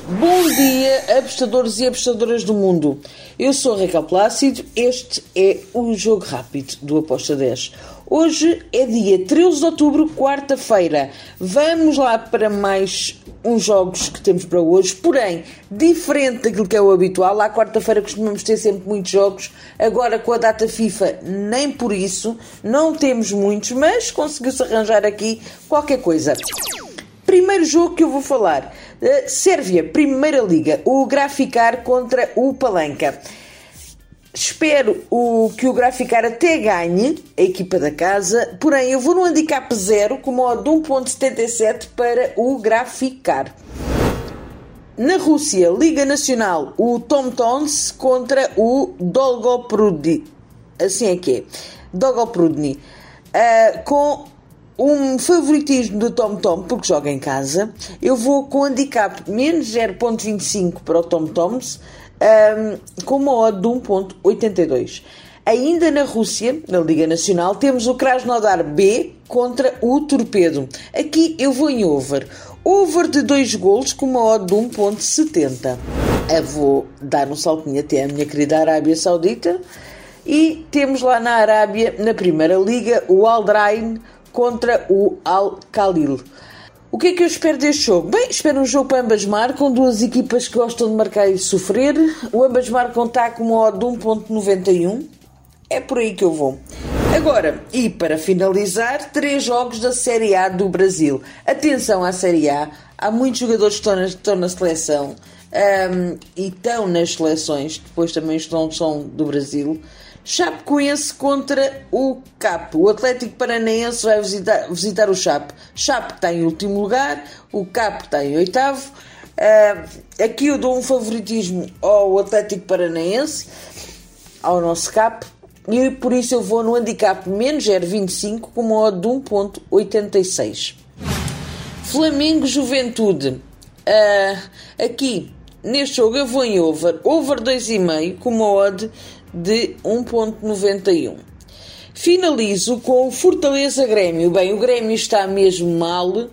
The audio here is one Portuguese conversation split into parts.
Bom dia, apostadores e apostadoras do mundo. Eu sou a Raquel Plácido, este é o Jogo Rápido do Aposta 10. Hoje é dia 13 de outubro, quarta-feira. Vamos lá para mais uns jogos que temos para hoje, porém, diferente daquilo que é o habitual. Lá quarta-feira costumamos ter sempre muitos jogos, agora com a data FIFA nem por isso, não temos muitos, mas conseguiu-se arranjar aqui qualquer coisa. Primeiro jogo que eu vou falar, Sérvia, Primeira Liga, o Graficar contra o Palanca. Espero que o Graficar até ganhe, a equipa da casa, porém eu vou no handicap 0 com modo de 1.77 para o Graficar. Na Rússia, Liga Nacional, o Tomtons contra o Dolgoprudny, assim é que é, Dolgoprudny, com um favoritismo do Tom, porque joga em casa. Eu vou com handicap menos 0.25 para o Tomtoms, com uma odd de 1.82. Ainda na Rússia, na Liga Nacional, temos o Krasnodar B contra o Torpedo. Aqui eu vou em over. Over de 2 golos com uma odd de 1.70. Eu vou dar um saltinho até a minha querida Arábia Saudita. E temos lá na Arábia, na Primeira Liga, o Al Rayn contra o Al Khalil. O que é que eu espero deste jogo? Bem, espero um jogo para ambas marcam, duas equipas que gostam de marcar e sofrer. O ambas marcam está com uma odd de 1.91. É por aí que eu vou. Agora, e para finalizar, 3 jogos da Série A do Brasil. Atenção à Série A, há muitos jogadores que estão na seleção e estão nas seleções, depois também são do Brasil. Chapecoense contra o CAP. O Atlético Paranaense vai visitar o Chape. Chape está em último lugar, o CAP está em oitavo. Aqui eu dou um favoritismo ao Atlético Paranaense, ao nosso CAP, e por isso eu vou no handicap menos 0.25 com uma odd de 1.86. Flamengo Juventude. Aqui, neste jogo eu vou em over 2,5 com uma odd de 1.91. Finalizo com o Fortaleza Grêmio. Bem, o Grêmio está mesmo mal.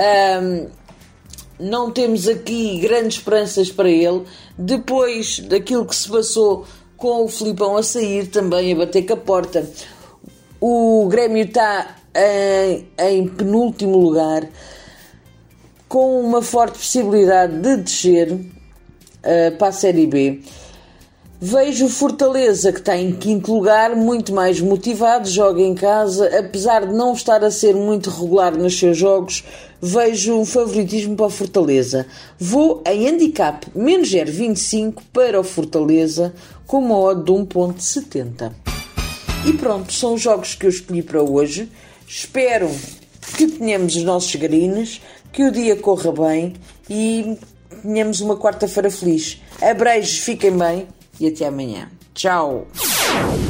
Não temos aqui grandes esperanças para ele. Depois daquilo que se passou com o Filipão a sair, também a bater com a porta. O Grêmio está em penúltimo lugar, com uma forte possibilidade de descer para a Série B. Vejo o Fortaleza, que está em quinto lugar, muito mais motivado, joga em casa, apesar de não estar a ser muito regular nos seus jogos, vejo um favoritismo para o Fortaleza. Vou em handicap menos 0.25 para o Fortaleza, com uma odd de 1.70. E pronto, são os jogos que eu escolhi para hoje. Espero que tenhamos os nossos grines, que o dia corra bem e tenhamos uma quarta-feira feliz. Abreijos, fiquem bem. E até amanhã. Tchau!